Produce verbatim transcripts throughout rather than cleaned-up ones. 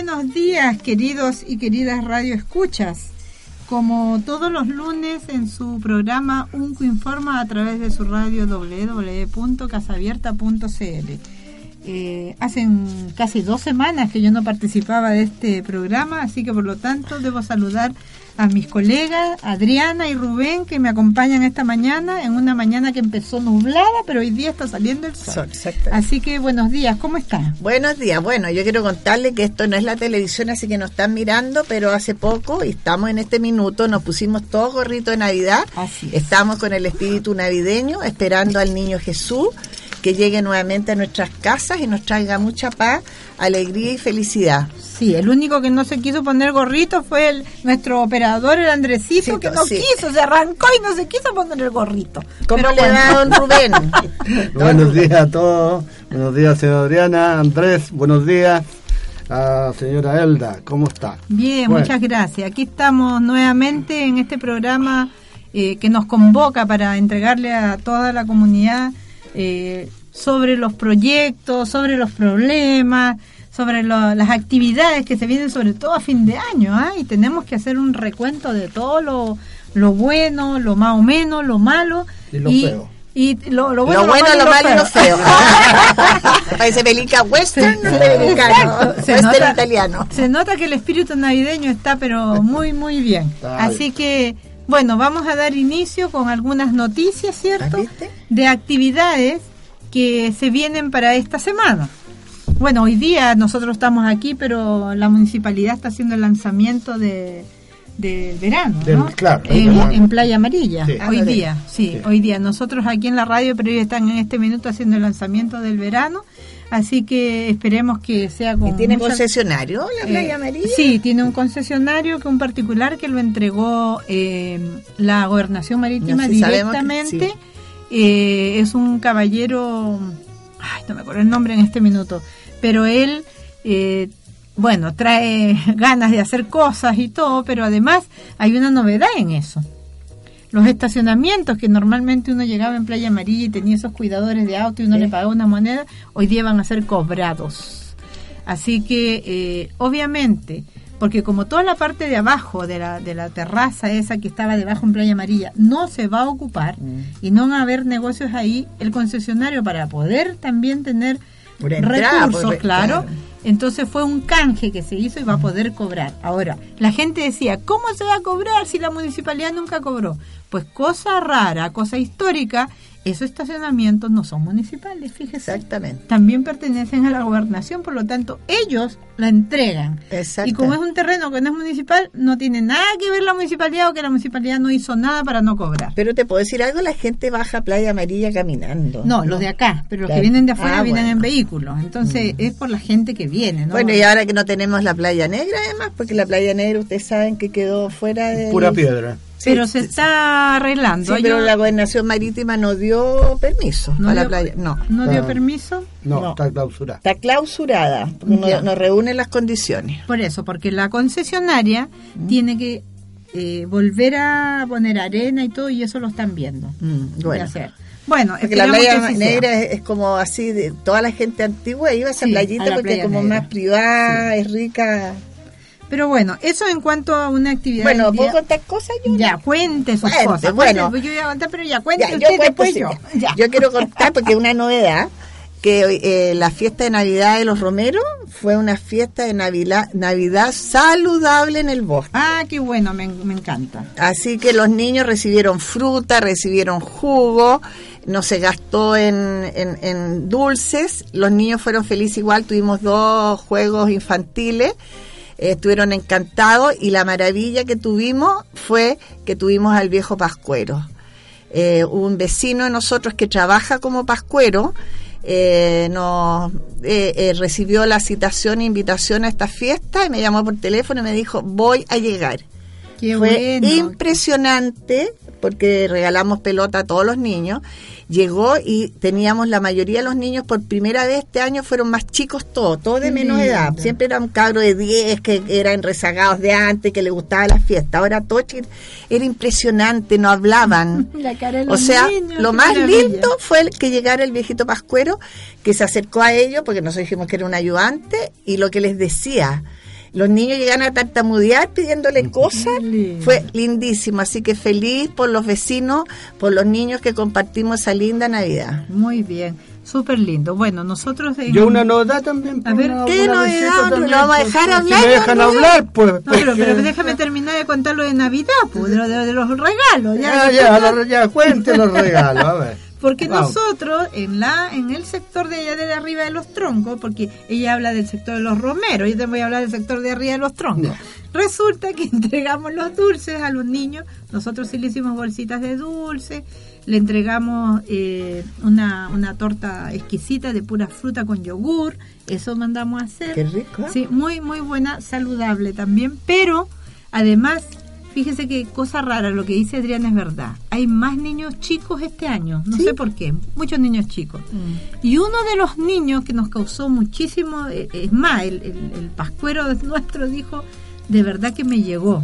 buenos días, queridos y queridas radioescuchas. Como todos los lunes en su programa UNCO Informa a través de su radio doble u doble u doble u punto casa abierta punto c l. Eh, hacen casi dos semanas que yo no participaba de este programa, así que por lo tanto debo saludar a mis colegas Adriana y Rubén, que me acompañan esta mañana, en una mañana que empezó nublada, pero hoy día está saliendo el sol. sol así que buenos días, ¿cómo están? Buenos días, bueno, yo quiero contarles que esto no es la televisión, así que nos están mirando, pero hace poco, y estamos en este minuto, nos pusimos todos gorritos de Navidad, así es. Estamos con el espíritu navideño, esperando al niño Jesús, que llegue nuevamente a nuestras casas y nos traiga mucha paz, alegría y felicidad. Sí, el único que no se quiso poner gorrito fue el nuestro operador, el Andresito, sí, que no sí. quiso, se arrancó y no se quiso poner el gorrito. ¿Cómo Pero le bueno. da don Rubén? Buenos días a todos, buenos días señora Adriana, Andrés, buenos días a señora Elda, ¿cómo está? Bien, bueno. Muchas gracias. Aquí estamos nuevamente en este programa eh, que nos convoca para entregarle a toda la comunidad eh, sobre los proyectos, sobre los problemas, sobre lo, las actividades que se vienen sobre todo a fin de año, ¿eh? Y tenemos que hacer un recuento de todo lo, lo bueno, lo más o menos, lo malo y lo y, feo. Y lo, lo bueno, lo, bueno, lo, lo malo y lo feo. Parece película western, se, americano, se western nota, italiano. Se nota que el espíritu navideño está pero muy, muy bien. Dale. Así que, bueno, vamos a dar inicio con algunas noticias, ¿cierto? ¿Viste? De actividades que se vienen para esta semana. Bueno, hoy día nosotros estamos aquí, pero la municipalidad está haciendo el lanzamiento de del verano, del, ¿no? Claro, en, en Playa Amarilla, sí. hoy ah, día, sí, sí, hoy día. Nosotros aquí en la radio, pero ellos están en este minuto haciendo el lanzamiento del verano, así que esperemos que sea con... ¿Y tiene mucha... concesionario la Playa eh, Amarilla? Sí, tiene un concesionario, que un particular que lo entregó eh, la Gobernación Marítima no, sí, directamente. Que, sí. eh, es un caballero, ay, no me acuerdo el nombre en este minuto, pero él, eh, bueno, trae ganas de hacer cosas y todo, pero además hay una novedad en eso. Los estacionamientos que normalmente uno llegaba en Playa Amarilla y tenía esos cuidadores de auto y uno ¿Sí? le pagaba una moneda, hoy día van a ser cobrados. Así que, eh, obviamente, porque como toda la parte de abajo de la de la terraza esa que estaba debajo en Playa Amarilla no se va a ocupar mm. y no van a haber negocios ahí, el concesionario para poder también tener entrada, recursos, pues, claro, entonces fue un canje que se hizo y va a poder cobrar. Ahora, la gente decía, ¿cómo se va a cobrar si la municipalidad nunca cobró? Pues cosa rara, cosa histórica, esos estacionamientos no son municipales, fíjese. Exactamente. También pertenecen a la gobernación, por lo tanto, ellos la entregan. Exacto. Y como es un terreno que no es municipal, no tiene nada que ver la municipalidad o que la municipalidad no hizo nada para no cobrar. Pero te puedo decir algo, la gente baja a Playa Amarilla caminando. No, ¿no? Los de acá, pero claro. los que vienen de afuera ah, vienen bueno. en vehículos. Entonces, mm. es por la gente que viene, ¿no? Bueno, y ahora que no tenemos la Playa Negra, además, porque la Playa Negra, ustedes saben que quedó fuera de... Pura piedra. Sí, pero se está arreglando. Sí, pero Yo, la Gobernación Marítima no dio permiso no para dio, la playa. No, ¿No está, dio permiso? No, no, está clausurada. Está clausurada, porque no, no reúne las condiciones. Por eso, porque la concesionaria mm. tiene que eh, volver a poner arena y todo, y eso lo están viendo. Mm, bueno. Hacer. Bueno, porque la Playa Negra es, es como así, de toda la gente antigua iba a esa sí, playita a porque es como negra. Más privada, sí. es rica... Pero bueno, eso en cuanto a una actividad. Bueno, ¿puedo contar cosas yo? Ya, cuente sus cuente, cosas. Bueno, cuente, yo voy a contar, pero ya cuente ya, usted yo después yo. Ya. Yo quiero contar porque es una novedad que eh, la fiesta de Navidad de los Romeros fue una fiesta de Navidad, Navidad saludable en el bosque. Ah, qué bueno, me, me encanta. Así que los niños recibieron fruta, recibieron jugo, no se gastó en, en, en dulces, los niños fueron felices igual, tuvimos dos juegos infantiles. Eh, estuvieron encantados y la maravilla que tuvimos fue que tuvimos al viejo pascuero. Eh, un vecino de nosotros que trabaja como pascuero eh, nos eh, eh, recibió la citación e invitación a esta fiesta y me llamó por teléfono y me dijo, voy a llegar. Qué Fue bueno. impresionante porque regalamos pelota a todos los niños. Llegó y teníamos la mayoría de los niños por primera vez este año fueron más chicos todos, todos de menos Linda. edad. Siempre era un cabro de diez que eran rezagados de antes, que les gustaba la fiesta. Ahora todo era impresionante, no hablaban. La cara de los o sea, niños, lo más maravilla. lindo fue el que llegara el viejito pascuero, que se acercó a ellos, porque nosotros dijimos que era un ayudante, y lo que les decía, Los niños llegan a tartamudear pidiéndole cosas. lindo. Fue lindísimo, así que feliz por los vecinos, por los niños que compartimos esa linda Navidad. Muy bien, súper lindo. Bueno, nosotros... en- Yo una novedad también. A ver, una- ¿qué una novedad? visita ¿Pero también, lo vamos a pues, dejar si hablar, me dejan don Rubén? hablar, pues. No, pero, porque- pero déjame terminar de contar lo de Navidad, pues, de, lo- de- de los regalos. Ya, Ya, ya, lo- ya, cuente los regalos, a ver. Porque Vamos. nosotros, en la en el sector de allá de arriba de los troncos, porque ella habla del sector de los romeros, yo te voy a hablar del sector de arriba de los troncos. Ya. Resulta que entregamos los dulces a los niños, nosotros sí le hicimos bolsitas de dulce, le entregamos eh, una, una torta exquisita de pura fruta con yogur, eso mandamos a hacer. Qué rico. Sí, muy, muy buena, saludable también, pero además... Fíjese que cosa rara, lo que dice Adriana es verdad. Hay más niños chicos este año, no ¿Sí? sé por qué, muchos niños chicos. Mm. Y uno de los niños que nos causó muchísimo, eh, es más, el, el, el pascuero nuestro dijo, de verdad que me llegó.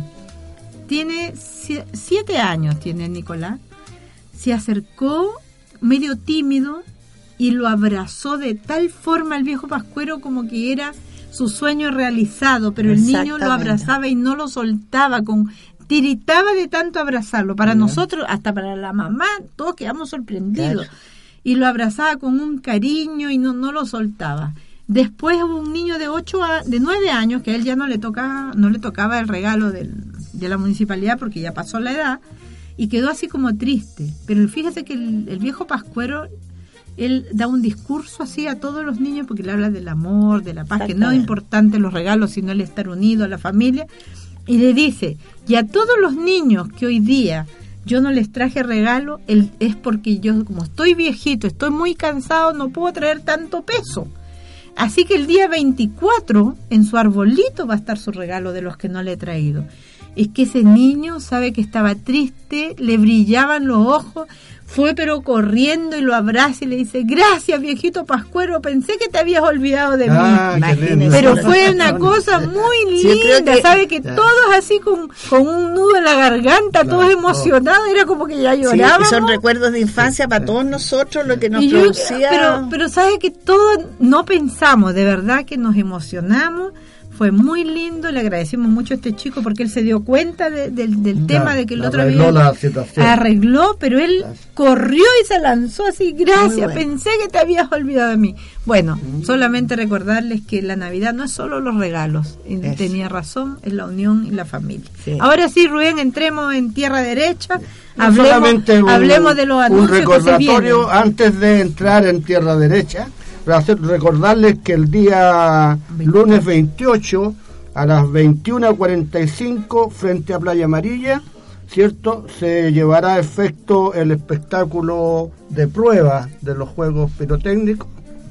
Tiene sie- siete años, tiene Nicolás. Se acercó medio tímido y lo abrazó de tal forma el viejo pascuero como que era su sueño realizado, pero el niño lo Exactamente. abrazaba y no lo soltaba, con tiritaba de tanto abrazarlo. Para Ya. nosotros, hasta para la mamá, todos quedamos sorprendidos. Claro. Y lo abrazaba con un cariño y no, no lo soltaba. Después hubo un niño de ocho a, de nueve años que a él ya no le tocaba, no le tocaba el regalo del, de la municipalidad porque ya pasó la edad y quedó así como triste. Pero fíjese que el, el viejo pascuero, él da un discurso así a todos los niños porque le habla del amor, de la paz, que no es importante los regalos sino el estar unido a la familia, y le dice, y a todos los niños que hoy día yo no les traje regalo, el, es porque yo, como estoy viejito, estoy muy cansado, no puedo traer tanto peso. Así que el día veinticuatro en su arbolito va a estar su regalo de los que no le he traído. Es que ese niño sabe que estaba triste, le brillaban los ojos, fue pero corriendo y lo abraza y le dice, gracias viejito pascuero, pensé que te habías olvidado de Ah, mí. qué lindo. Pero fue una cosa muy Sí, yo creo linda, que- ¿sabe? Que Ya. todos así con, con un nudo en la garganta, Claro, todos emocionados, era como que ya Sí, llorábamos. y son recuerdos de infancia para todos nosotros, lo que nos Y yo- producía. pero, pero sabe que todos no pensamos, de verdad que nos emocionamos, fue muy lindo, le agradecimos mucho a este chico porque él se dio cuenta de- del- del Ya, tema de que el otro arregló había la situación. arregló, pero él Gracias. corrió y se lanzó así, gracias, Muy bueno. pensé que te habías olvidado de mí. Bueno, solamente recordarles que la Navidad no es solo los regalos, y Eso. tenía razón, es la unión y la familia. Sí. Ahora sí, Rubén, entremos en tierra derecha, No hablemos, solamente un- hablemos de los un anuncios que se recordatorio vienen. antes de entrar en tierra derecha, para hacer, recordarles que el día lunes veintiocho a las veintiuna cuarenta y cinco frente a Playa Amarilla, cierto, se llevará a efecto el espectáculo de prueba de los juegos pirotécnicos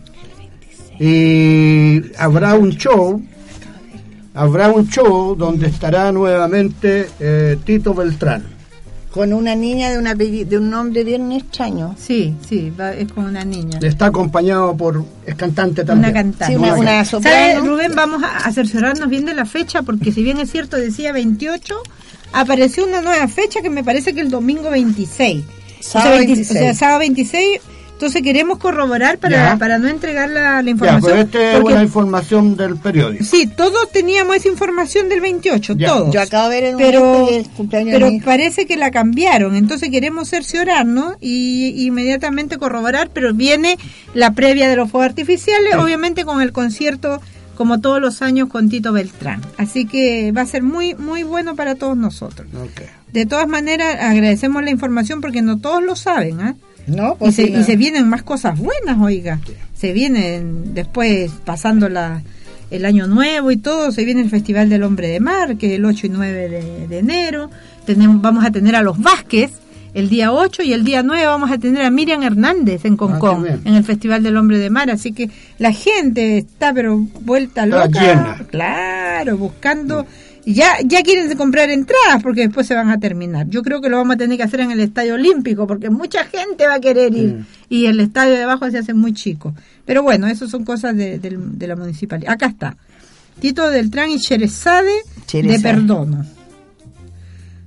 y habrá un show habrá un show donde estará nuevamente eh, Tito Beltrán. Con una niña de, una, apellido- de un nombre bien extraño. Sí, sí, va- es con una niña. Está acompañado por, es cantante también. Una cantante. Sí, una- una ¿Sabe, soprano. Rubén? Vamos a, a cerciorarnos bien de la fecha, porque si bien es cierto, decía veintiocho, apareció una nueva fecha que me parece que el domingo veintiséis. Sábado o sea, veinte- veintiséis. O sea, sábado veintiséis. Entonces queremos corroborar para, Ya. para no entregar la, la Ya, información. pero esta es porque- una información del periódico. sí, todos teníamos esa información del veintiocho, Ya. todos. Yo acabo de ver en un pero esto que es cumpleaños pero de mi hija. parece que la cambiaron, entonces queremos cerciorarnos y, y inmediatamente corroborar, pero viene la previa de los fuegos artificiales, Sí. obviamente con el concierto como todos los años con Tito Beltrán, así que va a ser muy muy bueno para todos nosotros. Ok. De todas maneras agradecemos la información porque no todos lo saben, ¿ah? No, Y pues se, sí, no. y se vienen más cosas buenas, oiga. Se vienen después, pasando la, el año nuevo y todo, se viene el Festival del Hombre de Mar, que es el ocho y nueve de, de enero. Tenemos, vamos a tener a los Vázquez el día ocho y el día nueve vamos a tener a Miriam Hernández en Concón, qué bien. en el Festival del Hombre de Mar. Así que la gente está pero vuelta Está loca. llena. Claro, buscando... Ya, ya quieren comprar entradas porque después se van a terminar. Yo creo que lo vamos a tener que hacer en el Estadio Olímpico porque mucha gente va a querer ir Mm. y el estadio de abajo se hace muy chico. Pero bueno, eso son cosas de, de- de la municipalidad. Acá está. Tito Beltrán y Cherezade de Cherezade. Perdomo.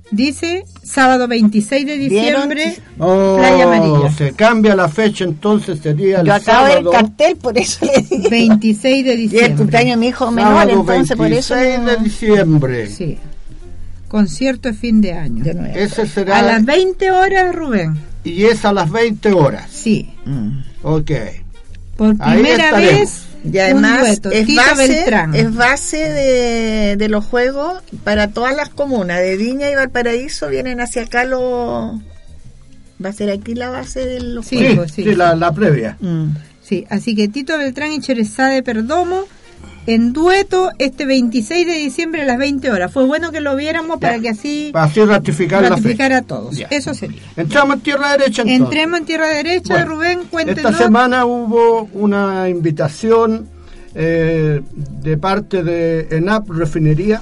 Dice sábado veintiséis de diciembre, oh, Playa Amarilla. Se cambia la fecha, entonces sería el Yo acabo de ver el sábado cartel, por eso le dije. veintiséis de Y el diciembre. cumpleaños de mi hijo menor, sábado entonces por eso. veintiséis de diciembre. Sí. Concierto de fin de año. Yo no voy a- Ese será A las veinte horas, Rubén. y es a las veinte horas. Sí. Mm. Ok. Por Ahí primera estaremos. vez, Y además un dueto. es Tito base, Beltrán. es base de, de los juegos para todas las comunas de Viña y Valparaíso. Vienen hacia acá los... Va a ser aquí la base de los Sí, Sí, pues, sí. sí, la, la previa. Mm. Sí, así que Tito Beltrán y Cherezade Perdomo en dueto este veintiséis de diciembre a las veinte horas. Fue bueno que lo viéramos para que así Para así ratificar la ratificar fecha. a todos. Ya. Eso sería. Entramos en tierra derecha entonces. Entremos en tierra derecha, Bueno, Rubén, cuéntenos. Esta semana hubo una invitación eh, de parte de ENAP Refinería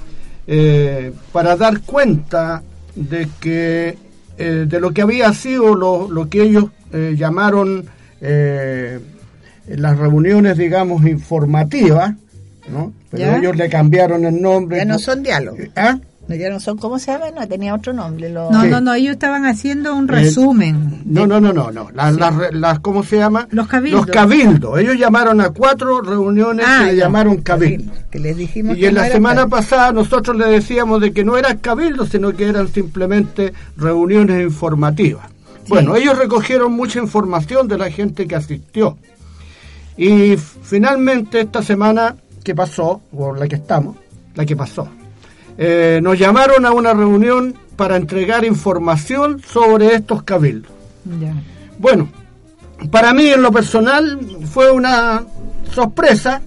eh, para dar cuenta de que eh, de lo que había sido lo, lo que ellos eh, llamaron eh, las reuniones, digamos, informativas, ¿no? Pero ¿Ya? ellos le cambiaron el nombre. Ya no son diálogos. ¿Ah? No, ya no son, ¿cómo se llama? No, tenía otro nombre. Lo... No, Sí. no, no, ellos estaban haciendo un Eh, resumen. No, no, no, no, no. Las, las, re- las- ¿cómo se llama? Los cabildos. Los cabildos. Ellos llamaron a cuatro reuniones Ah, que le ya. llamaron cabildos. Que les dijimos Y que en no la era semana tal. pasada nosotros le decíamos de que no eran cabildos, sino que eran simplemente reuniones informativas. Bueno, ellos recogieron mucha información de la gente que asistió. Y f- finalmente esta semana que pasó, o la que estamos, la que pasó, eh, nos llamaron a una reunión para entregar información sobre estos cabildos. Ya. Bueno, para mí en lo personal fue una sorpresa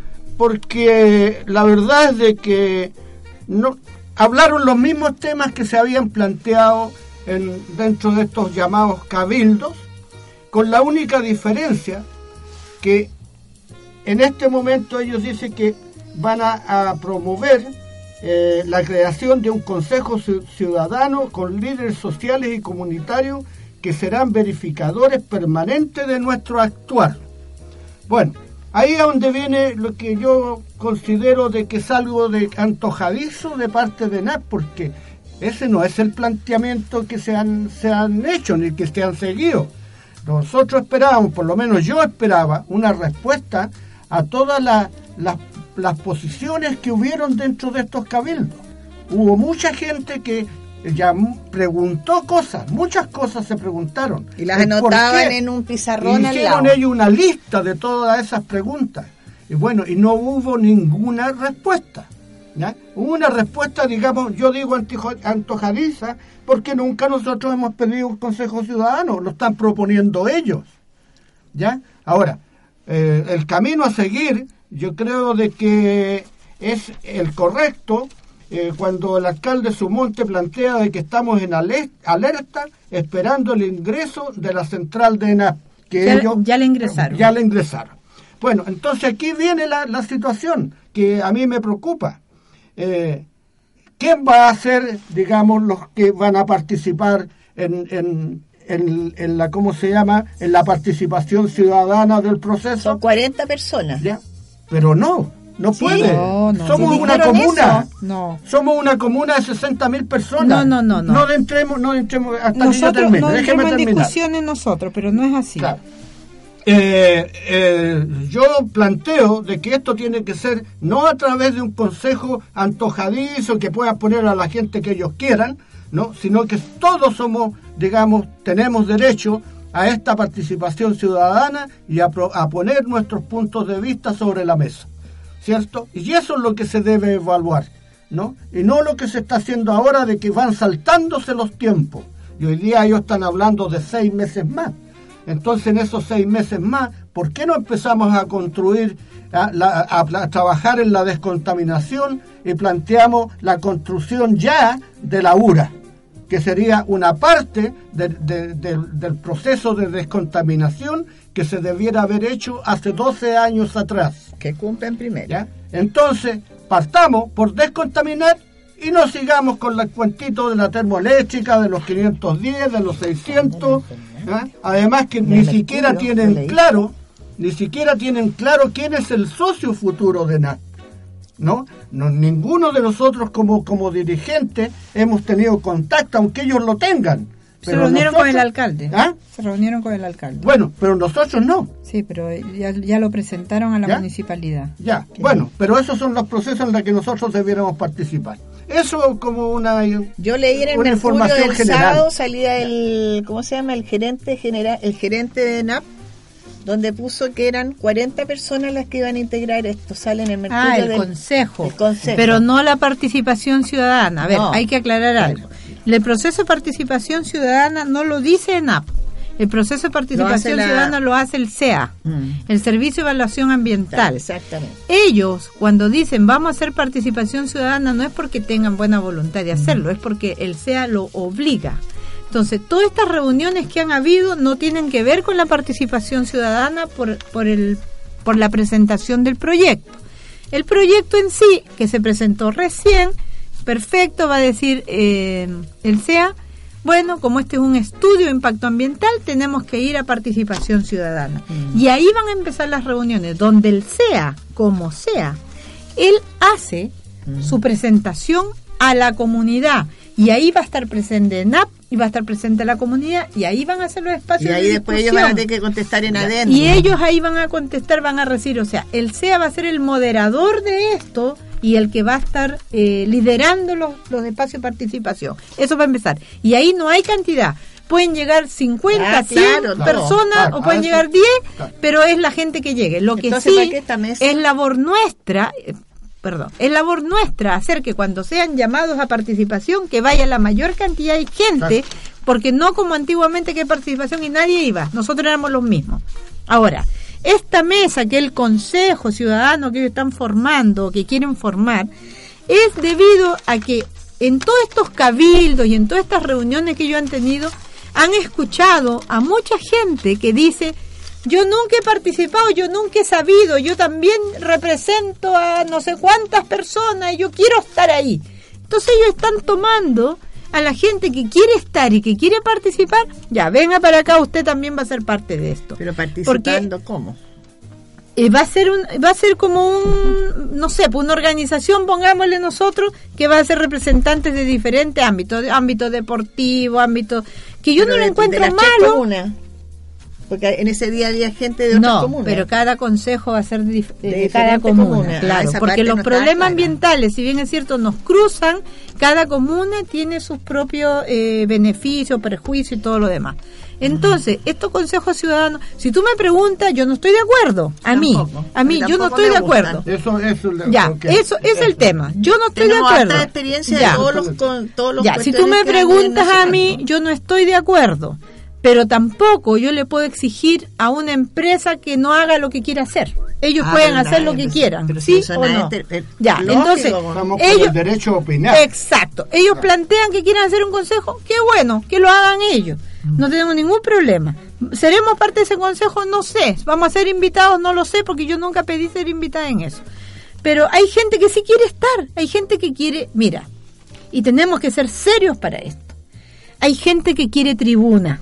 porque la verdad es de que no hablaron los mismos temas que se habían planteado en, dentro de estos llamados cabildos, con la única diferencia que en este momento ellos dicen que van a, a promover eh, la creación de un consejo Ci- ciudadano con líderes sociales y comunitarios que serán verificadores permanentes de nuestro actuar. Bueno, ahí es donde viene lo que yo considero de que es algo de antojadizo de parte de ENAP, porque ese no es el planteamiento que se han, se han hecho ni que se han seguido. Nosotros esperábamos, por lo menos yo esperaba, una respuesta a todas la- las, las posiciones que hubieron dentro de estos cabildos. Hubo mucha gente que ya preguntó cosas, muchas cosas se preguntaron. Y las El por anotaban qué. en un pizarrón al Hicieron lado. ellos una lista de todas esas preguntas. Y bueno, y no hubo ninguna respuesta. ¿Ya? Hubo una respuesta, digamos, yo digo antijo- antojadiza, porque nunca nosotros hemos pedido un consejo ciudadano, lo están proponiendo ellos. ¿Ya? Ahora, eh, el camino a seguir, yo creo de que es el correcto eh, cuando el alcalde Sumonte plantea de que estamos en ale- alerta esperando el ingreso de la central de ENAP, que Ya- ellos ya le ingresaron. Ya le ingresaron. Bueno, entonces aquí viene la, la situación que a mí me preocupa. Eh, ¿Quién va a ser, digamos, los que van a participar en, en, en, en la, ¿cómo se llama?, en la participación ciudadana del proceso? Son cuarenta personas. ¿Ya? Pero no, no Sí. puede. No, no, Somos sí una dijeron comuna. eso. No. Somos una comuna de sesenta mil personas. No, no, no, no. No entremos, no entremos hasta que yo Nosotros termine. no Déjeme entremos en terminar. discusiones nosotros, pero no es así. Claro. Eh, eh, yo planteo de que esto tiene que ser no a través de un consejo antojadizo que pueda poner a la gente que ellos quieran, no, sino que todos somos, digamos, tenemos derecho a esta participación ciudadana y a, pro- a poner nuestros puntos de vista sobre la mesa, ¿cierto? Y eso es lo que se debe evaluar, ¿no? Y no lo que se está haciendo ahora de que van saltándose los tiempos. Y hoy día ellos están hablando de seis meses más. Entonces, en esos seis meses más, ¿por qué no empezamos a construir, a, la- a- a trabajar en la descontaminación y planteamos la construcción ya de la U R A, que sería una parte de- de- de- del proceso de descontaminación que se debiera haber hecho hace doce años atrás? Que cumplen primero. ¿Ya? Entonces, partamos por descontaminar y no sigamos con el cuentito de la termoeléctrica, de los quinientos diez, de los seiscientos. ¿Ah? Además que ni Mercurio, siquiera lo tienen leí. claro, ni siquiera tienen claro quién es el socio futuro de ENAP. ¿no? no ninguno de nosotros como, como dirigentes hemos tenido contacto, aunque ellos lo tengan. Se reunieron nosotros, con el alcalde. ¿Ah? Se reunieron con el alcalde. Bueno, pero nosotros no. Sí, pero ya, ya lo presentaron a la ¿Ya? municipalidad. Ya, bueno, pero esos son los procesos en los que nosotros debiéramos participar. Eso como una Yo leí en el una Mercurio información del general. sábado, salía el, ¿cómo se llama? El gerente general, el gerente de ENAP, donde puso que eran cuarenta personas las que iban a integrar esto. Sale en el Mercurio ah, el del consejo. el consejo. Pero no la participación ciudadana. A ver, no. hay que aclarar algo. El proceso de participación ciudadana no lo dice ENAP. El proceso de participación la... ciudadana lo hace el C E A, mm. el Servicio de Evaluación Ambiental. Exactamente. Ellos, cuando dicen vamos a hacer participación ciudadana, no es porque tengan buena voluntad de hacerlo, mm. es porque el C E A lo obliga. Entonces, todas estas reuniones que han habido no tienen que ver con la participación ciudadana por, por, el, por la presentación del proyecto. El proyecto en sí, que se presentó recién, perfecto, va a decir eh, el C E A, bueno, como este es un estudio de impacto ambiental, tenemos que ir a participación ciudadana. Mm. Y ahí van a empezar las reuniones, donde el C E A, como sea, él hace mm. su presentación a la comunidad. Y ahí va a estar presente ENAP, y va a estar presente la comunidad, y ahí van a hacer los espacios de discusión. Y ahí después ellos van a tener que contestar en adentro. Y ellos ahí van a contestar, van a recibir, o sea, el C E A va a ser el moderador de esto, y el que va a estar eh, liderando los, los espacios de participación. Eso va a empezar. Y ahí no hay cantidad. Pueden llegar cincuenta, ah, cien claro, personas, claro, o pueden llegar diez, claro. pero es la gente que llegue. Lo que Entonces, sí es labor nuestra, eh, perdón, es labor nuestra hacer que cuando sean llamados a participación, que vaya la mayor cantidad de gente, claro. porque no como antiguamente que hay participación y nadie iba. Nosotros éramos los mismos. Ahora, esta mesa que el Consejo Ciudadano que ellos están formando, que quieren formar, es debido a que en todos estos cabildos y en todas estas reuniones que ellos han tenido, han escuchado a mucha gente que dice, yo nunca he participado, yo nunca he sabido, yo también represento a no sé cuántas personas y yo quiero estar ahí. Entonces ellos están tomando a la gente que quiere estar y que quiere participar, ya, venga para acá, usted también va a ser parte de esto. Pero participando, Porque, ¿cómo? Eh, va a ser un, va a ser como un, no sé, pues una organización, pongámosle nosotros, que va a ser representantes de diferentes ámbitos, ámbito deportivo, ámbito, que yo Pero no lo encuentro de malo. Comunas. Porque en ese día había gente de otras no, comunas. Pero cada consejo va a ser de, de, de cada comuna, comuna. Claro, ah, porque los no problemas ambientales, si bien es cierto, nos cruzan, cada comuna tiene sus propios eh, beneficios, prejuicios y todo lo demás. Entonces, uh-huh. estos consejos ciudadanos, si tú me preguntas, yo no estoy de acuerdo. A tampoco, mí, a mí, yo no estoy de acuerdo. Eso, eso, ya, eso es el tema. Yo no estoy Tenemos de acuerdo. experiencia ya. de todos los, con, todos los ya, si tú me preguntas a mí, yo no estoy de acuerdo. Pero tampoco yo le puedo exigir a una empresa que no haga lo que quiera hacer. Ellos ah, pueden hacer lo que quieran, pero ¿sí si o no? Este, ya, lógico, entonces estamos ellos, con el derecho a opinar. Exacto. Ellos claro. plantean que quieren hacer un consejo, qué bueno, que lo hagan ellos. No tenemos ningún problema. ¿Seremos parte de ese consejo? No sé. ¿Vamos a ser invitados? No lo sé, porque yo nunca pedí ser invitada en eso. Pero hay gente que sí quiere estar, hay gente que quiere, mira, y tenemos que ser serios para esto. Hay gente que quiere tribuna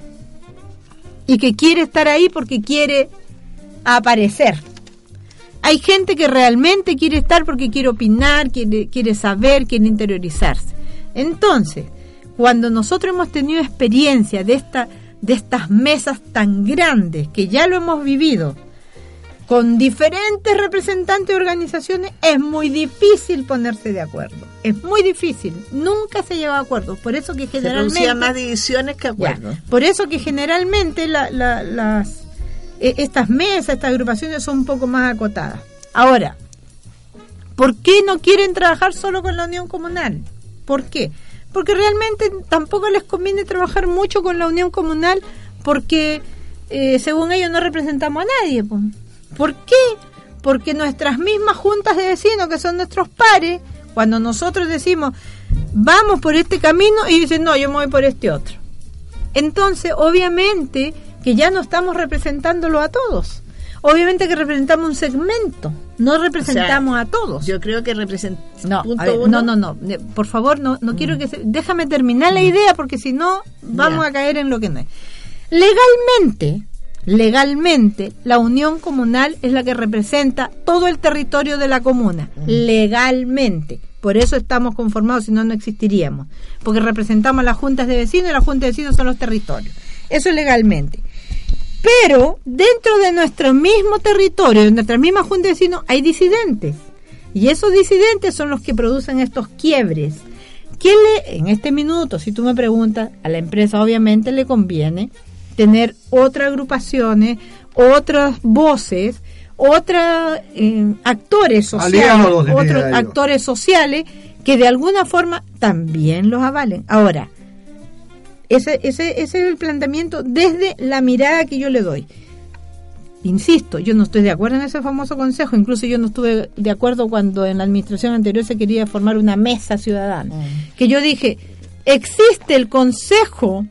y que quiere estar ahí porque quiere aparecer. Hay gente que realmente quiere estar porque quiere opinar, quiere, quiere saber, quiere interiorizarse. Entonces, cuando nosotros hemos tenido experiencia de esta, de estas mesas tan grandes, que ya lo hemos vivido, con diferentes representantes de organizaciones, es muy difícil ponerse de acuerdo. Es muy difícil. Nunca se llega a acuerdos. Por eso que generalmente... Se producían más divisiones que acuerdos. Ya, por eso que generalmente la, la, las estas mesas, estas agrupaciones son un poco más acotadas. Ahora, ¿por qué no quieren trabajar solo con la Unión Comunal? ¿Por qué? Porque realmente tampoco les conviene trabajar mucho con la Unión Comunal porque, eh, según ellos, no representamos a nadie. Pues. ¿Por qué? Porque nuestras mismas juntas de vecinos, que son nuestros pares, cuando nosotros decimos, vamos por este camino, y dicen, no, yo me voy por este otro. Entonces, obviamente, que ya no estamos representándolo a todos. Obviamente que representamos un segmento, no representamos o sea, a todos. Yo creo que representamos... No, no, no, no, por favor, no, no mm. quiero que... Se, déjame terminar la idea, porque si no, vamos yeah. a caer en lo que no es. Legalmente, legalmente, la unión comunal es la que representa todo el territorio de la comuna, legalmente. Por eso estamos conformados, si no, no existiríamos. Porque representamos a las juntas de vecinos y las juntas de vecinos son los territorios. Eso es legalmente. Pero dentro de nuestro mismo territorio, de nuestra misma junta de vecinos, hay disidentes. Y esos disidentes son los que producen estos quiebres. ¿Qué le, en este minuto, si tú me preguntas, a la empresa obviamente le conviene tener otras agrupaciones, otras voces, otros eh, actores sociales, otros actores sociales que de alguna forma también los avalen. Ahora, ese, ese, ese es el planteamiento desde la mirada que yo le doy. Insisto, yo no estoy de acuerdo en ese famoso consejo, incluso yo no estuve de acuerdo cuando en la administración anterior se quería formar una mesa ciudadana, mm. que yo dije, existe el consejo,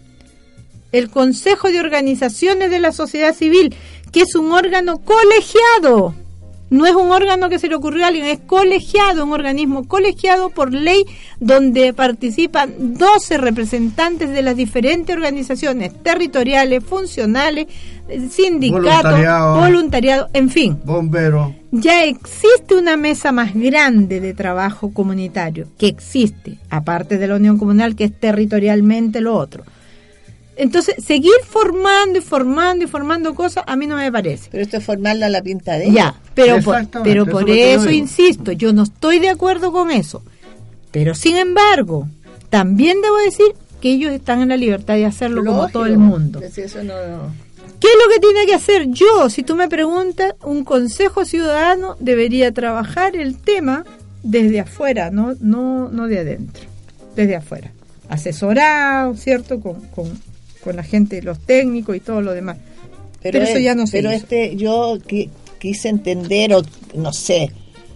el Consejo de Organizaciones de la Sociedad Civil, que es un órgano colegiado, no es un órgano que se le ocurrió a alguien, es colegiado, un organismo colegiado por ley, donde participan doce representantes de las diferentes organizaciones territoriales, funcionales, sindicatos, voluntariado, voluntariado, en fin. Bomberos. Ya existe una mesa más grande de trabajo comunitario, que existe, aparte de la unión comunal, que es territorialmente lo otro. Entonces, seguir formando y formando y formando cosas, a mí no me parece. Pero esto es formarla a la pinta de ella. Ya, pero por, pero por eso, eso insisto, yo no estoy de acuerdo con eso. Pero, sin embargo, también debo decir que ellos están en la libertad de hacerlo. Lógico, como todo el mundo. Eso no, no. ¿Qué es lo que tiene que hacer? Yo, si tú me preguntas, un consejo ciudadano debería trabajar el tema desde afuera, no no no de adentro, desde afuera. Asesorado, ¿cierto? Con... con con la gente, los técnicos y todo lo demás. Pero, pero eso es, ya no se Pero hizo. este, yo qui- quise entender, o no sé,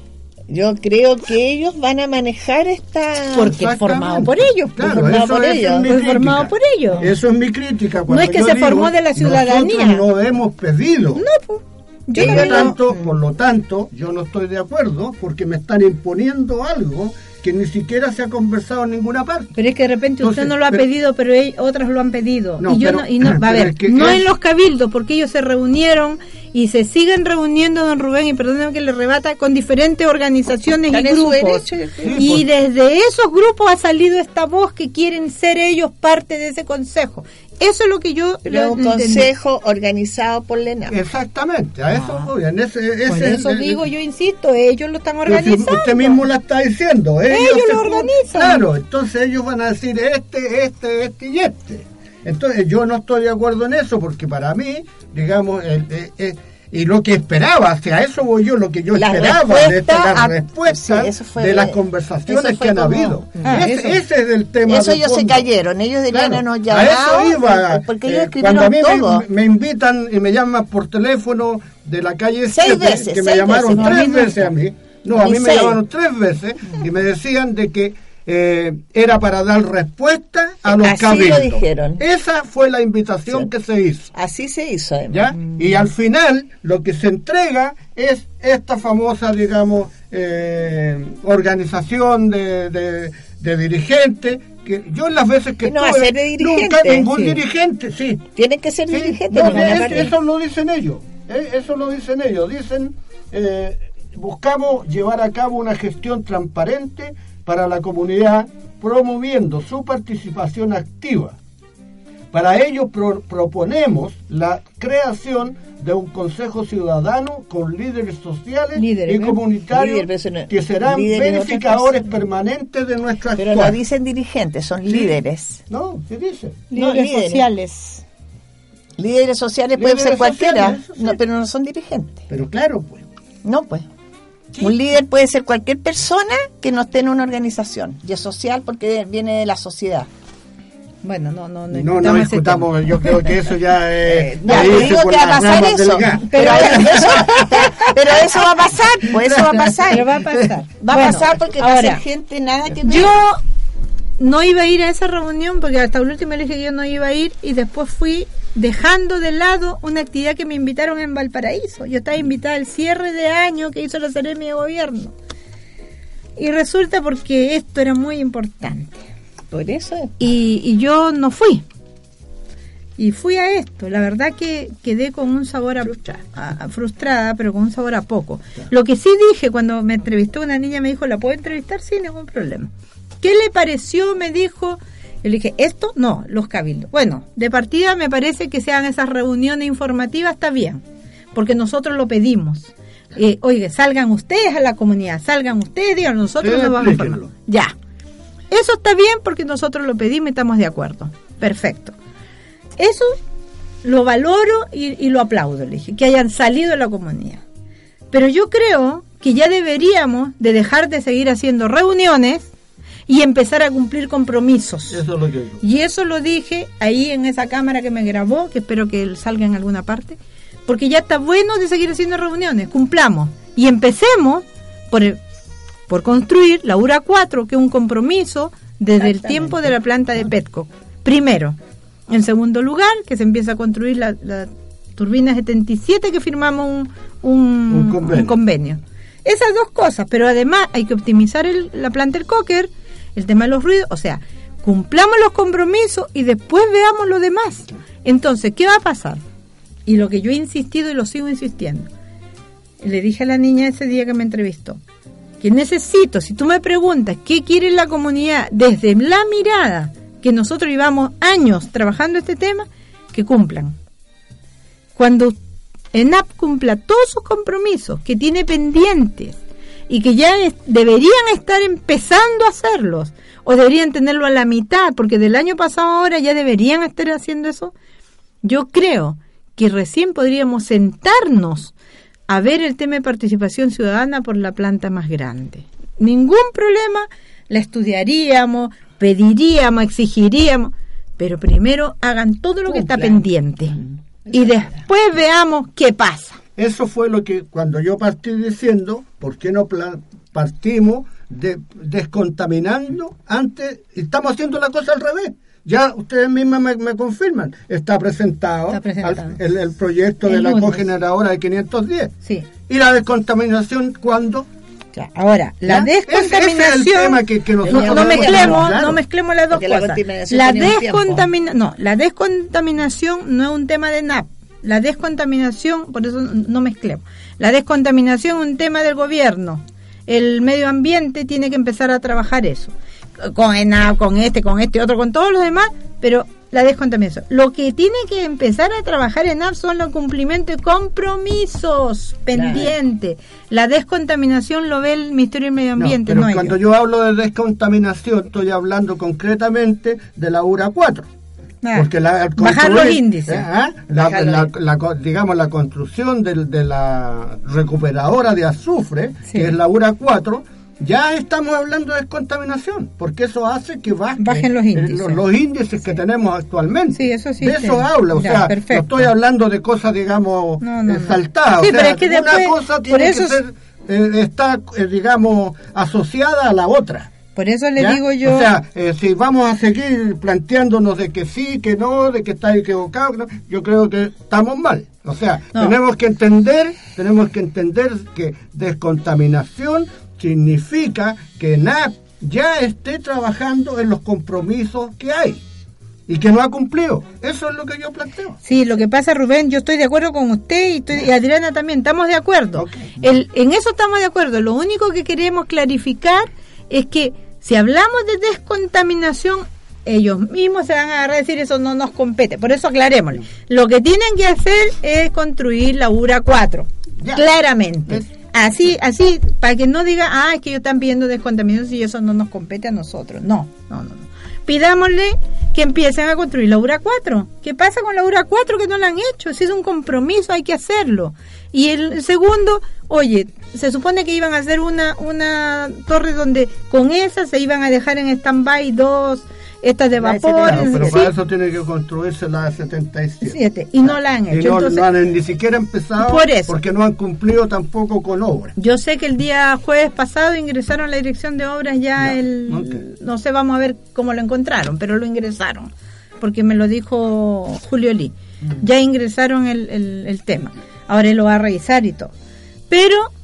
yo creo que ellos van a manejar esta... Porque es formado por ellos. Claro, formado eso por es ellos. mi Es formado por ellos. Eso es mi crítica. No es que se digo, formó de la ciudadanía. Nosotros no hemos pedido. No, pues. Yo por, lo no. tanto, por lo tanto, yo no estoy de acuerdo porque me están imponiendo algo que ni siquiera se ha conversado en ninguna parte. Pero es que de repente Entonces, usted no lo ha pero, pedido, pero ellos, otras lo han pedido. No, y yo pero, no, y no, a ver, es que no es, en los cabildos, porque ellos se reunieron y se siguen reuniendo, don Rubén, y perdónenme que le rebata, con diferentes organizaciones y grupos. Sí, y pues, desde esos grupos ha salido esta voz que quieren ser ellos parte de ese consejo. Eso es lo que yo... Pero un entendí. consejo organizado por Lena. Exactamente, a eso Ah. voy. En ese, ese, Por eso el, digo, el, yo insisto, ellos lo están organizando. Si usted mismo la está diciendo. Ellos, Ellos se, lo organizan. Claro, entonces ellos van a decir este, este, este y este. Entonces yo no estoy de acuerdo en eso porque para mí, digamos, el, el, el, y lo que esperaba, hacia eso voy yo, lo que yo la esperaba de esta, la a, respuesta sí, fue, de las conversaciones que han como, habido. Ah, ese, ese es el tema. Eso ellos se cayeron, ellos deberían claro, nos llamar. A eso iba. Porque ellos eh, escribieron cuando a mí todo. Me, me invitan y me llaman por teléfono de la calle seis siete, veces, que me seis llamaron veces, tres no, veces a mí. No, a mí me seis. llamaron tres veces y me decían de que eh, era para dar respuesta a los Así cabildos. lo dijeron. Esa fue la invitación sí. que se hizo. Así se hizo, además. ¿Ya? Mm. Y al final lo que se entrega es esta famosa, digamos, eh, organización de, de, de dirigentes. Que yo en las veces que no estuve, va a ser de dirigente, nunca ningún sí. dirigente, sí. Tienen que ser sí. dirigentes. No, no es, eso lo dicen ellos. Eh, eso lo dicen ellos. Dicen, eh, buscamos llevar a cabo una gestión transparente para la comunidad, promoviendo su participación activa. Para ello pro, proponemos la creación de un consejo ciudadano con líderes sociales líderes, y comunitarios líder, no, que serán verificadores permanentes de nuestra Pero actual. No dicen dirigentes, son sí. líderes. No, ¿qué dice? Líderes, no, líderes sociales. Líderes sociales líderes pueden ser cualquiera, sociales, no, pero no son dirigentes. Pero claro, pues. No, pues. Sí. Un líder puede ser cualquier persona que no esté en una organización y es social porque viene de la sociedad. Bueno, no, no, no, no, no discutamos. Yo creo que eso ya es. Eh, no, te digo que va a pasar eso. Pero eso, pero eso va a pasar, pues eso va a pasar. Pero va a pasar. Va a bueno, pasar porque ahora, va a ser gente nada que ver. Yo no iba a ir a esa reunión porque hasta el último le dije que yo no iba a ir y después fui dejando de lado una actividad que me invitaron en Valparaíso. Yo estaba invitada al cierre de año que hizo la Seremia de Gobierno. Y resulta porque esto era muy importante. Por eso. Y, y yo no fui. Y fui a esto. La verdad que quedé con un sabor a, Frustrada. a, a frustrada, pero con un sabor a poco. Claro. Lo que sí dije cuando me entrevistó una niña, me dijo, ¿la puedo entrevistar? Sí, ningún problema. ¿Qué le pareció? Me dijo. Yo le dije, ¿esto? No, los cabildos. Bueno, de partida me parece que sean esas reuniones informativas, está bien, porque nosotros lo pedimos. Eh, oye, salgan ustedes a la comunidad, salgan ustedes, digan, nosotros sí, nos vamos a informar. Ya. Eso está bien porque nosotros lo pedimos y estamos de acuerdo. Perfecto. Eso lo valoro y, y lo aplaudo, le dije, que hayan salido de la comunidad. Pero yo creo que ya deberíamos de dejar de seguir haciendo reuniones y empezar a cumplir compromisos. Eso es lo que digo. Y eso lo dije ahí en esa cámara que me grabó, que espero que salga en alguna parte, porque ya está bueno de seguir haciendo reuniones, cumplamos. Y empecemos por, el, por construir la U R A cuatro, que es un compromiso desde el tiempo de la planta de Petcock. Primero. En segundo lugar, que se empieza a construir la, la turbina setenta y siete, que firmamos un, un, un, convenio. un convenio. Esas dos cosas, pero además hay que optimizar el, la planta del Cocker, el tema de los ruidos, o sea, cumplamos los compromisos y después veamos lo demás. Entonces, ¿qué va a pasar? Y lo que yo he insistido y lo sigo insistiendo, le dije a la niña ese día que me entrevistó, que necesito, si tú me preguntas qué quiere la comunidad desde la mirada que nosotros llevamos años trabajando este tema, que cumplan. Cuando ENAP cumpla todos sus compromisos que tiene pendientes y que ya es, deberían estar empezando a hacerlos, o deberían tenerlo a la mitad, porque del año pasado ahora ya deberían estar haciendo eso, yo creo que recién podríamos sentarnos a ver el tema de participación ciudadana por la planta más grande. Ningún problema, la estudiaríamos, pediríamos, exigiríamos, pero primero hagan todo lo que está pendiente y después veamos qué pasa. Eso fue lo que cuando yo partí diciendo, ¿por qué no pla- partimos de, descontaminando antes? Estamos haciendo la cosa al revés. Ya ustedes mismas me, me confirman. Está presentado, está presentado. Al, el, el proyecto el de la lunes. Cogeneradora de quinientos diez. Sí. ¿Y la descontaminación cuándo? Ya, ahora, la ¿Ya? descontaminación... Ese es el tema que, que nosotros no, mezclemos, claro. no mezclemos las dos Porque cosas. La, la, descontamina, no, la descontaminación no es un tema de ENAP. La descontaminación, por eso no, no mezclemos. La descontaminación es un tema del gobierno. El medio ambiente tiene que empezar a trabajar eso. Con ENAP, con este, con este otro, con todos los demás, pero la descontaminación. Lo que tiene que empezar a trabajar ENAP son los cumplimientos de compromisos pendientes. Claro. La descontaminación lo ve el Ministerio del Medio Ambiente. No, pero no cuando yo. yo hablo de descontaminación, estoy hablando concretamente de la U R A cuatro. Ah, porque la, bajar los índices. ¿eh? la, la, la, la, digamos, la construcción de, de la recuperadora de azufre, sí. que es la U R A cuatro, ya estamos hablando de descontaminación, porque eso hace que baje, bajen los índices, los, los índices sí. que tenemos actualmente. Sí, eso sí. De eso sí. habla, o ya, sea, perfecto. No estoy hablando de cosas, digamos, no, no, saltadas. Sí, o sea, pero es que después, una cosa tiene que ser, eh, está, eh, digamos, asociada a la otra. Por eso le ¿Ya? digo yo... O sea, eh, si vamos a seguir planteándonos de que sí, que no, de que está equivocado, no, yo creo que estamos mal. O sea, no. tenemos que entender, tenemos que entender que descontaminación significa que ENAP ya esté trabajando en los compromisos que hay y que no ha cumplido. Eso es lo que yo planteo. Sí, lo que pasa, Rubén, yo estoy de acuerdo con usted y, estoy, y Adriana también, estamos de acuerdo. Okay. El, en eso estamos de acuerdo. Lo único que queremos clarificar es que si hablamos de descontaminación, ellos mismos se van a agarrar a decir eso no nos compete. Por eso aclarémoslo. Lo que tienen que hacer es construir la U R A cuatro. Ya. Claramente. Es, así, así, para que no diga, ah, es que ellos están pidiendo descontaminación y eso no nos compete a nosotros. No, no, no. no. Pidámosle que empiecen a construir la U R A cuatro. ¿Qué pasa con la U R A cuatro que no la han hecho? Si es un compromiso hay que hacerlo. Y el segundo, oye, se supone que iban a hacer una una torre donde con esa se iban a dejar en stand-by dos, estas de vapor. Claro, pero sí. Para eso tiene que construirse la setenta y siete. Siete, y no la han hecho. Y no, entonces, no han ni siquiera empezado por eso. Porque no han cumplido tampoco con obras. Yo sé que el día jueves pasado ingresaron a la dirección de obras ya, ya el... Okay. No sé, vamos a ver cómo lo encontraron, pero lo ingresaron, porque me lo dijo Julio Lee. Mm. Ya ingresaron el, el, el tema. Ahora él lo va a revisar y todo. Pero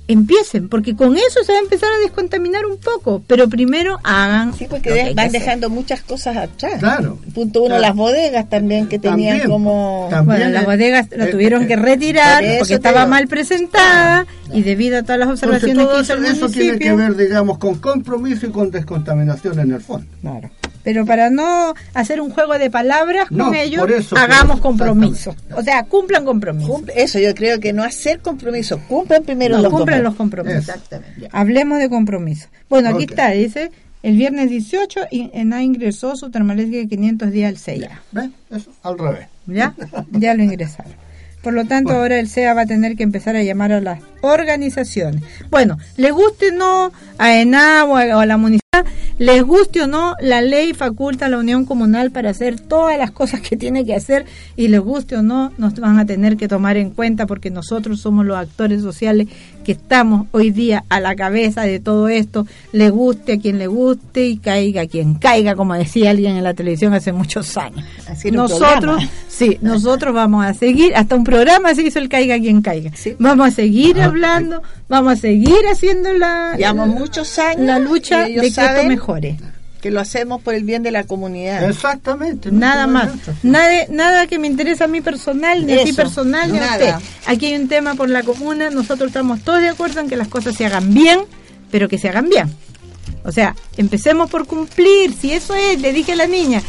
empiecen, porque con eso se va a empezar a descontaminar un poco, pero primero hagan. Sí, porque de, van dejando muchas cosas atrás. Claro. Punto uno, claro. Las bodegas también que tenían también, como... También bueno, las bodegas la tuvieron eh, que retirar porque estaba digo. mal presentada claro. y debido a todas las observaciones Entonces, todo que hizo el eso municipio. Tiene que ver, digamos, con compromiso y con descontaminación en el fondo. Claro. Pero para no hacer un juego de palabras con no, ellos, eso, hagamos compromiso. O sea, cumplan compromiso. Cumple, eso yo creo que no hacer compromiso, cumplan primero no, los cumplan compromisos. los compromisos. Exactamente. Hablemos de compromiso. Bueno, aquí okay. está, dice, el viernes dieciocho ENA ingresó su termoeléctrica de quinientos días al C E A. ¿Ves? Eso, al revés. ¿Ya? Ya lo ingresaron. Por lo tanto, bueno. ahora el C E A va a tener que empezar a llamar a las organizaciones. Bueno, le guste o no a ENA o a, o a la municipalidad, les guste o no, la ley faculta a la Unión Comunal para hacer todas las cosas que tiene que hacer, y les guste o no, nos van a tener que tomar en cuenta porque nosotros somos los actores sociales que estamos hoy día a la cabeza de todo esto, le guste a quien le guste y caiga a quien caiga, como decía alguien en la televisión hace muchos años. Así nosotros, sí, nosotros vamos a seguir, hasta un programa se hizo el caiga a quien caiga. Sí. Vamos a seguir ah, hablando, sí. vamos a seguir haciendo la, Llevamos muchos años la lucha de que esto mejore. Que lo hacemos por el bien de la comunidad. Exactamente. Nada más. Nada, nada que me interesa a mí personal, ni Eso, a ti personal, ni nada. a usted. Aquí hay un tema por la comuna, nosotros estamos todos de acuerdo en que las cosas se hagan bien, pero que se hagan bien. O sea, empecemos por cumplir, si eso es, le dije a la niña,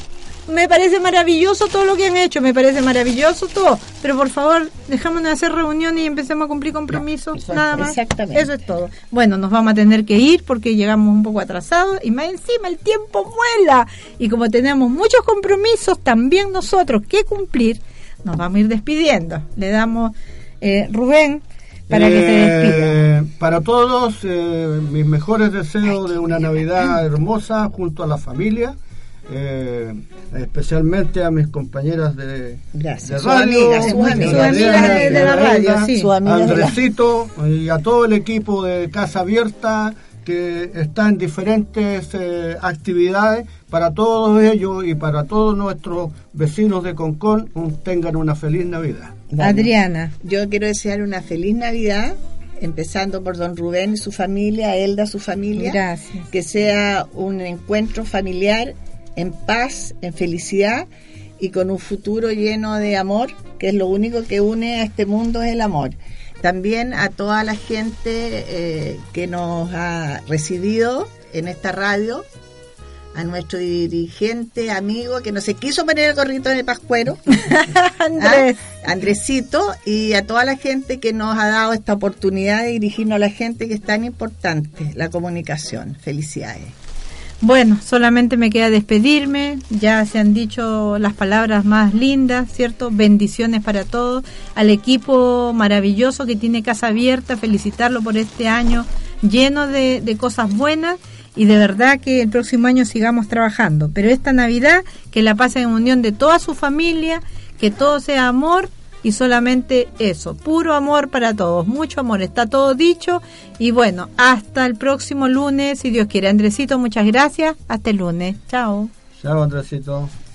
me parece maravilloso todo lo que han hecho, me parece maravilloso todo, pero por favor, dejámonos de hacer reuniones y empecemos a cumplir compromisos, no, nada más. Exactamente. Eso es todo. Bueno, nos vamos a tener que ir porque llegamos un poco atrasados y más encima el tiempo vuela. Y como tenemos muchos compromisos también nosotros que cumplir, nos vamos a ir despidiendo. Le damos, eh, Rubén, para eh, que se despida. Para todos, eh, mis mejores deseos de una Navidad hermosa junto a la familia. Eh, especialmente a mis compañeras de, Gracias. de radio, amiga, su amiga, su amiga de, de la radio, sí. Su amiga Andresito y a todo el equipo de Casa Abierta que está en diferentes eh, actividades. Para todos ellos y para todos nuestros vecinos de Concón, un, tengan una feliz Navidad. Bueno, Adriana, yo quiero desear una feliz Navidad, empezando por don Rubén y su familia, Elda su familia. Gracias. Que sea un encuentro familiar en paz, en felicidad y con un futuro lleno de amor, que es lo único que une a este mundo, es el amor. También a toda la gente eh, que nos ha recibido en esta radio, a nuestro dirigente, amigo, que no se quiso poner el gorrito en el pascuero, Andrés. ¿Ah? Andresito, y a toda la gente que nos ha dado esta oportunidad de dirigirnos a la gente que es tan importante, la comunicación. Felicidades. Bueno, solamente me queda despedirme, ya se han dicho las palabras más lindas, ¿cierto? Bendiciones para todos, al equipo maravilloso que tiene Casa Abierta, felicitarlo por este año lleno de, de cosas buenas y de verdad que el próximo año sigamos trabajando, pero esta Navidad que la pasen en unión de toda su familia, que todo sea amor y solamente eso, puro amor para todos, mucho amor, está todo dicho. Y bueno, hasta el próximo lunes, si Dios quiere. Andresito, muchas gracias, hasta el lunes, chao. Chao, Andresito.